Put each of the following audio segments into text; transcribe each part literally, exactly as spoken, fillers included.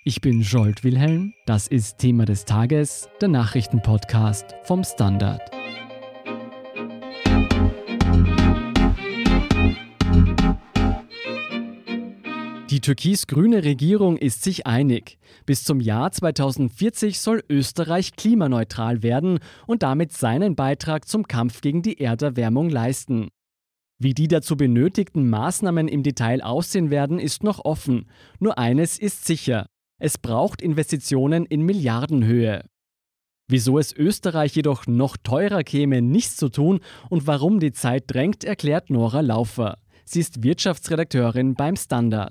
Ich bin Jolt Wilhelm, das ist Thema des Tages, der Nachrichtenpodcast vom Standard. Die türkis-grüne Regierung ist sich einig. Bis zum Jahr zweitausendvierzig soll Österreich klimaneutral werden und damit seinen Beitrag zum Kampf gegen die Erderwärmung leisten. Wie die dazu benötigten Maßnahmen im Detail aussehen werden, ist noch offen. Nur eines ist sicher: Es braucht Investitionen in Milliardenhöhe. Wieso es Österreich jedoch noch teurer käme, nichts zu tun und warum die Zeit drängt, erklärt Nora Laufer. Sie ist Wirtschaftsredakteurin beim Standard.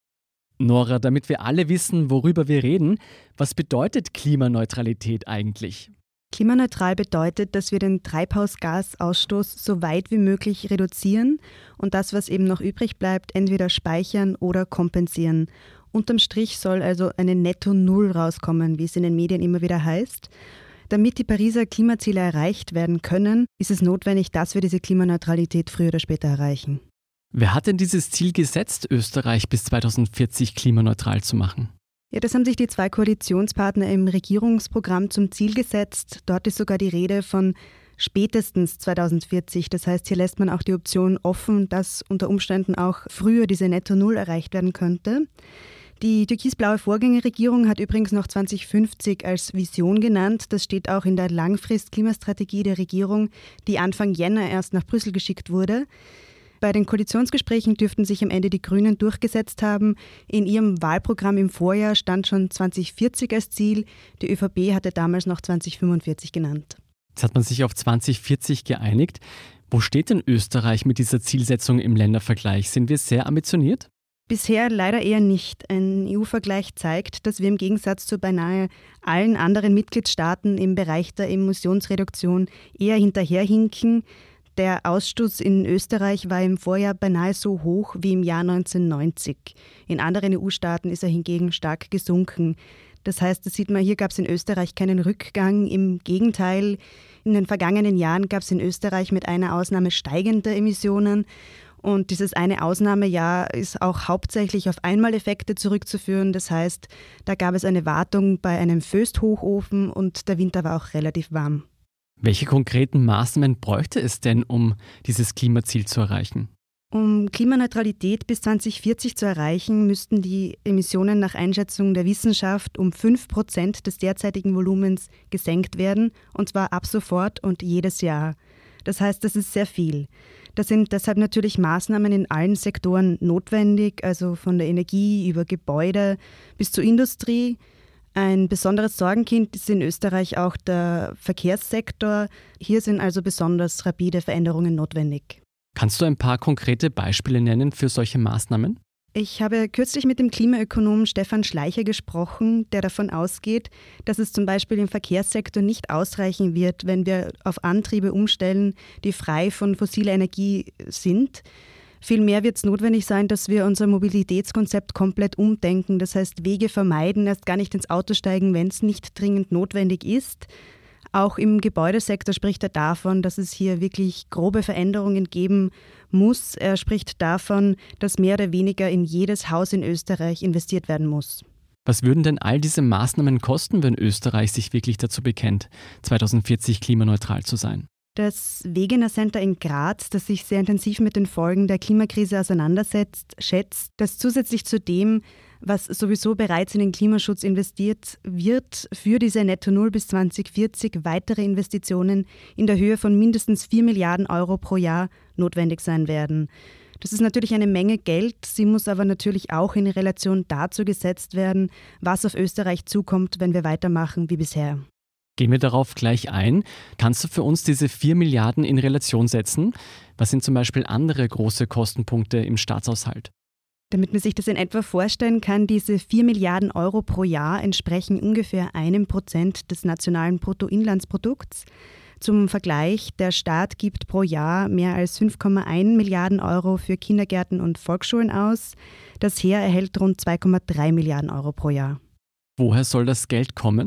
Nora, damit wir alle wissen, worüber wir reden, was bedeutet Klimaneutralität eigentlich? Klimaneutral bedeutet, dass wir den Treibhausgasausstoß so weit wie möglich reduzieren und das, was eben noch übrig bleibt, entweder speichern oder kompensieren. Unterm Strich soll also eine Netto-Null rauskommen, wie es in den Medien immer wieder heißt. Damit die Pariser Klimaziele erreicht werden können, ist es notwendig, dass wir diese Klimaneutralität früher oder später erreichen. Wer hat denn dieses Ziel gesetzt, Österreich bis zweitausendvierzig klimaneutral zu machen? Ja, das haben sich die zwei Koalitionspartner im Regierungsprogramm zum Ziel gesetzt. Dort ist sogar die Rede von spätestens zweitausendvierzig. Das heißt, hier lässt man auch die Option offen, dass unter Umständen auch früher diese Netto-Null erreicht werden könnte. Die türkisblaue Vorgängerregierung hat übrigens noch zweitausendfünfzig als Vision genannt. Das steht auch in der Langfrist-Klimastrategie der Regierung, die Anfang Jänner erst nach Brüssel geschickt wurde. Bei den Koalitionsgesprächen dürften sich am Ende die Grünen durchgesetzt haben. In ihrem Wahlprogramm im Vorjahr stand schon zweitausendvierzig als Ziel. Die ÖVP hatte damals noch zweitausendfünfundvierzig genannt. Jetzt hat man sich auf zweitausendvierzig geeinigt. Wo steht denn Österreich mit dieser Zielsetzung im Ländervergleich? Sind wir sehr ambitioniert? Bisher leider eher nicht. Ein E U-Vergleich zeigt, dass wir im Gegensatz zu beinahe allen anderen Mitgliedstaaten im Bereich der Emissionsreduktion eher hinterherhinken. Der Ausstoß in Österreich war im Vorjahr beinahe so hoch wie im Jahr neunzehnhundertneunzig. In anderen E U-Staaten ist er hingegen stark gesunken. Das heißt, das sieht man, hier gab es in Österreich keinen Rückgang. Im Gegenteil, in den vergangenen Jahren gab es in Österreich mit einer Ausnahme steigende Emissionen. Und dieses eine Ausnahmejahr ist auch hauptsächlich auf Einmaleffekte zurückzuführen. Das heißt, da gab es eine Wartung bei einem Föst-Hochofen und der Winter war auch relativ warm. Welche konkreten Maßnahmen bräuchte es denn, um dieses Klimaziel zu erreichen? Um Klimaneutralität bis zweitausendvierzig zu erreichen, müssten die Emissionen nach Einschätzung der Wissenschaft um fünf Prozent des derzeitigen Volumens gesenkt werden, und zwar ab sofort und jedes Jahr. Das heißt, das ist sehr viel. Da sind deshalb natürlich Maßnahmen in allen Sektoren notwendig, also von der Energie über Gebäude bis zur Industrie. Ein besonderes Sorgenkind ist in Österreich auch der Verkehrssektor. Hier sind also besonders rapide Veränderungen notwendig. Kannst du ein paar konkrete Beispiele nennen für solche Maßnahmen? Ich habe kürzlich mit dem Klimaökonomen Stefan Schleicher gesprochen, der davon ausgeht, dass es zum Beispiel im Verkehrssektor nicht ausreichen wird, wenn wir auf Antriebe umstellen, die frei von fossiler Energie sind. Vielmehr wird es notwendig sein, dass wir unser Mobilitätskonzept komplett umdenken. Das heißt, Wege vermeiden, erst gar nicht ins Auto steigen, wenn es nicht dringend notwendig ist. Auch im Gebäudesektor spricht er davon, dass es hier wirklich grobe Veränderungen geben muss. Er spricht davon, dass mehr oder weniger in jedes Haus in Österreich investiert werden muss. Was würden denn all diese Maßnahmen kosten, wenn Österreich sich wirklich dazu bekennt, zweitausendvierzig klimaneutral zu sein? Das Wegener Center in Graz, das sich sehr intensiv mit den Folgen der Klimakrise auseinandersetzt, schätzt, dass zusätzlich zu dem, was sowieso bereits in den Klimaschutz investiert wird, für diese Netto-Null bis zweitausendvierzig weitere Investitionen in der Höhe von mindestens vier Milliarden Euro pro Jahr notwendig sein werden. Das ist natürlich eine Menge Geld, sie muss aber natürlich auch in Relation dazu gesetzt werden, was auf Österreich zukommt, wenn wir weitermachen wie bisher. Gehen wir darauf gleich ein. Kannst du für uns diese vier Milliarden in Relation setzen? Was sind zum Beispiel andere große Kostenpunkte im Staatshaushalt? Damit man sich das in etwa vorstellen kann, diese vier Milliarden Euro pro Jahr entsprechen ungefähr einem Prozent des nationalen Bruttoinlandsprodukts. Zum Vergleich, der Staat gibt pro Jahr mehr als fünf Komma eins Milliarden Euro für Kindergärten und Volksschulen aus. Das Heer erhält rund zwei Komma drei Milliarden Euro pro Jahr. Woher soll das Geld kommen?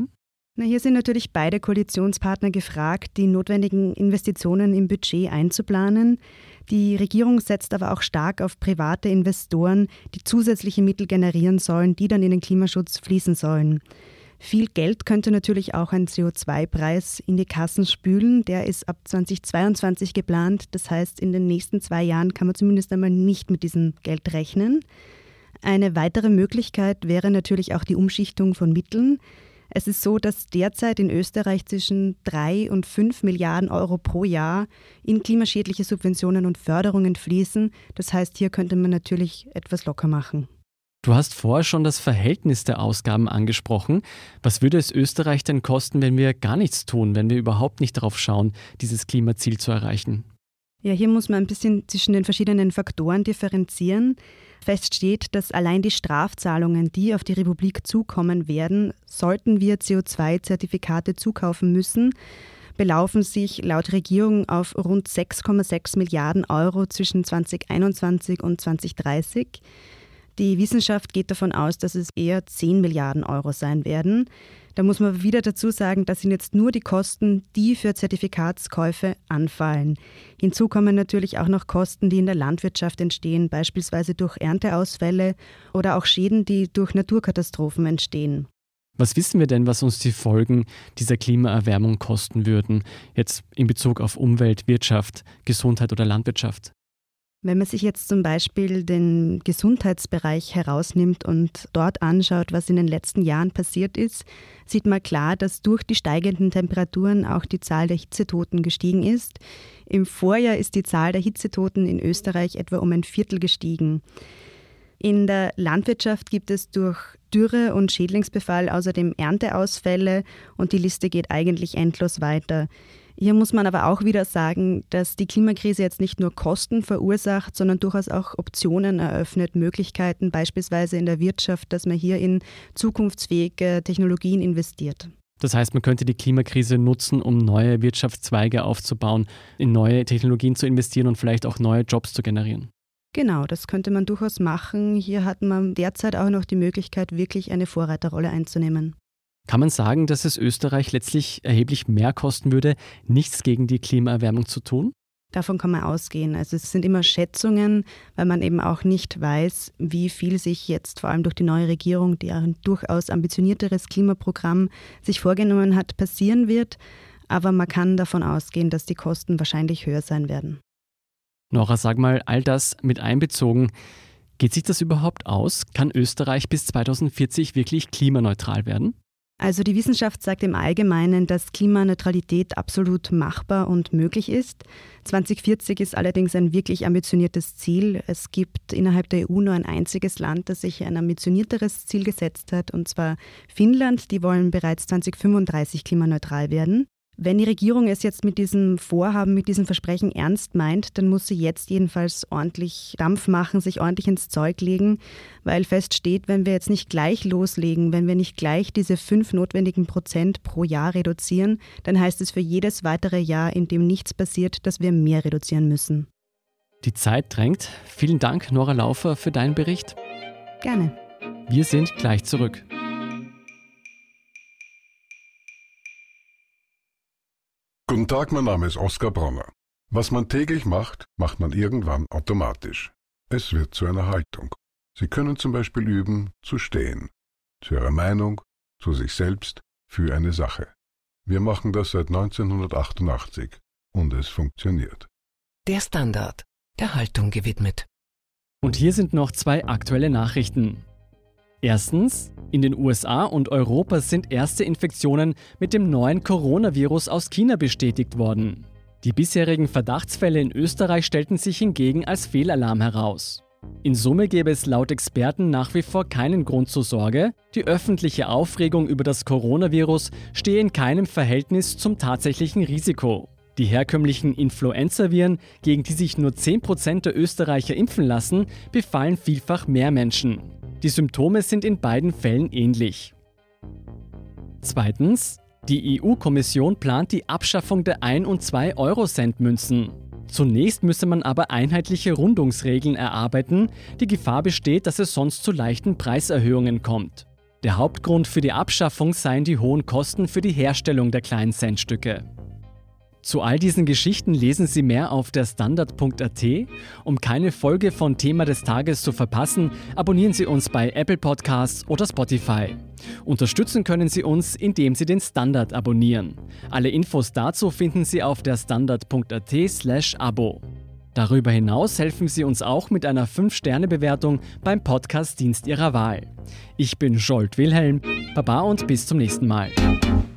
Na, hier sind natürlich beide Koalitionspartner gefragt, die notwendigen Investitionen im Budget einzuplanen. Die Regierung setzt aber auch stark auf private Investoren, die zusätzliche Mittel generieren sollen, die dann in den Klimaschutz fließen sollen. Viel Geld könnte natürlich auch ein C O zwei Preis in die Kassen spülen. Der ist ab zweitausendzweiundzwanzig geplant. Das heißt, in den nächsten zwei Jahren kann man zumindest einmal nicht mit diesem Geld rechnen. Eine weitere Möglichkeit wäre natürlich auch die Umschichtung von Mitteln. Es ist so, dass derzeit in Österreich zwischen drei und fünf Milliarden Euro pro Jahr in klimaschädliche Subventionen und Förderungen fließen. Das heißt, hier könnte man natürlich etwas locker machen. Du hast vorher schon das Verhältnis der Ausgaben angesprochen. Was würde es Österreich denn kosten, wenn wir gar nichts tun, wenn wir überhaupt nicht darauf schauen, dieses Klimaziel zu erreichen? Ja, hier muss man ein bisschen zwischen den verschiedenen Faktoren differenzieren. Fest steht, dass allein die Strafzahlungen, die auf die Republik zukommen werden, sollten wir C O zwei Zertifikate zukaufen müssen, belaufen sich laut Regierung auf rund sechs Komma sechs Milliarden Euro zwischen zweitausendeinundzwanzig und zweitausenddreißig. Die Wissenschaft geht davon aus, dass es eher zehn Milliarden Euro sein werden. Da muss man wieder dazu sagen, das sind jetzt nur die Kosten, die für Zertifikatskäufe anfallen. Hinzu kommen natürlich auch noch Kosten, die in der Landwirtschaft entstehen, beispielsweise durch Ernteausfälle oder auch Schäden, die durch Naturkatastrophen entstehen. Was wissen wir denn, was uns die Folgen dieser Klimaerwärmung kosten würden, jetzt in Bezug auf Umwelt, Wirtschaft, Gesundheit oder Landwirtschaft? Wenn man sich jetzt zum Beispiel den Gesundheitsbereich herausnimmt und dort anschaut, was in den letzten Jahren passiert ist, sieht man klar, dass durch die steigenden Temperaturen auch die Zahl der Hitzetoten gestiegen ist. Im Vorjahr ist die Zahl der Hitzetoten in Österreich etwa um ein Viertel gestiegen. In der Landwirtschaft gibt es durch Dürre und Schädlingsbefall außerdem Ernteausfälle und die Liste geht eigentlich endlos weiter. Hier muss man aber auch wieder sagen, dass die Klimakrise jetzt nicht nur Kosten verursacht, sondern durchaus auch Optionen eröffnet, Möglichkeiten beispielsweise in der Wirtschaft, dass man hier in zukunftsfähige Technologien investiert. Das heißt, man könnte die Klimakrise nutzen, um neue Wirtschaftszweige aufzubauen, in neue Technologien zu investieren und vielleicht auch neue Jobs zu generieren. Genau, das könnte man durchaus machen. Hier hat man derzeit auch noch die Möglichkeit, wirklich eine Vorreiterrolle einzunehmen. Kann man sagen, dass es Österreich letztlich erheblich mehr kosten würde, nichts gegen die Klimaerwärmung zu tun? Davon kann man ausgehen. Also es sind immer Schätzungen, weil man eben auch nicht weiß, wie viel sich jetzt vor allem durch die neue Regierung, die ein durchaus ambitionierteres Klimaprogramm sich vorgenommen hat, passieren wird. Aber man kann davon ausgehen, dass die Kosten wahrscheinlich höher sein werden. Nora, sag mal, all das mit einbezogen, geht sich das überhaupt aus? Kann Österreich bis zweitausendvierzig wirklich klimaneutral werden? Also die Wissenschaft sagt im Allgemeinen, dass Klimaneutralität absolut machbar und möglich ist. zweitausendvierzig ist allerdings ein wirklich ambitioniertes Ziel. Es gibt innerhalb der E U nur ein einziges Land, das sich ein ambitionierteres Ziel gesetzt hat, und zwar Finnland. Die wollen bereits zweitausendfünfunddreißig klimaneutral werden. Wenn die Regierung es jetzt mit diesem Vorhaben, mit diesem Versprechen ernst meint, dann muss sie jetzt jedenfalls ordentlich Dampf machen, sich ordentlich ins Zeug legen, weil fest steht, wenn wir jetzt nicht gleich loslegen, wenn wir nicht gleich diese fünf notwendigen Prozent pro Jahr reduzieren, dann heißt es für jedes weitere Jahr, in dem nichts passiert, dass wir mehr reduzieren müssen. Die Zeit drängt. Vielen Dank, Nora Laufer, für deinen Bericht. Gerne. Wir sind gleich zurück. Guten Tag, mein Name ist Oskar Bronner. Was man täglich macht, macht man irgendwann automatisch. Es wird zu einer Haltung. Sie können zum Beispiel üben, zu stehen. Zu Ihrer Meinung, zu sich selbst, für eine Sache. Wir machen das seit neunzehnhundertachtundachtzig und es funktioniert. Der Standard, der Haltung gewidmet. Und hier sind noch zwei aktuelle Nachrichten. Erstens, in den U S A und Europa sind erste Infektionen mit dem neuen Coronavirus aus China bestätigt worden. Die bisherigen Verdachtsfälle in Österreich stellten sich hingegen als Fehlalarm heraus. In Summe gäbe es laut Experten nach wie vor keinen Grund zur Sorge. Die öffentliche Aufregung über das Coronavirus stehe in keinem Verhältnis zum tatsächlichen Risiko. Die herkömmlichen Influenzaviren, gegen die sich nur zehn Prozent der Österreicher impfen lassen, befallen vielfach mehr Menschen. Die Symptome sind in beiden Fällen ähnlich. Zweitens, die E U-Kommission plant die Abschaffung der ein- und zwei Euro-Cent-Münzen. Zunächst müsse man aber einheitliche Rundungsregeln erarbeiten. Die Gefahr besteht, dass es sonst zu leichten Preiserhöhungen kommt. Der Hauptgrund für die Abschaffung seien die hohen Kosten für die Herstellung der kleinen Centstücke. Zu all diesen Geschichten lesen Sie mehr auf der Standard punkt a t. Um keine Folge von Thema des Tages zu verpassen, abonnieren Sie uns bei Apple Podcasts oder Spotify. Unterstützen können Sie uns, indem Sie den Standard abonnieren. Alle Infos dazu finden Sie auf der standard punkt a t slash abo. Darüber hinaus helfen Sie uns auch mit einer fünf Sterne Bewertung beim Podcast-Dienst Ihrer Wahl. Ich bin Scholt Wilhelm, Baba und bis zum nächsten Mal.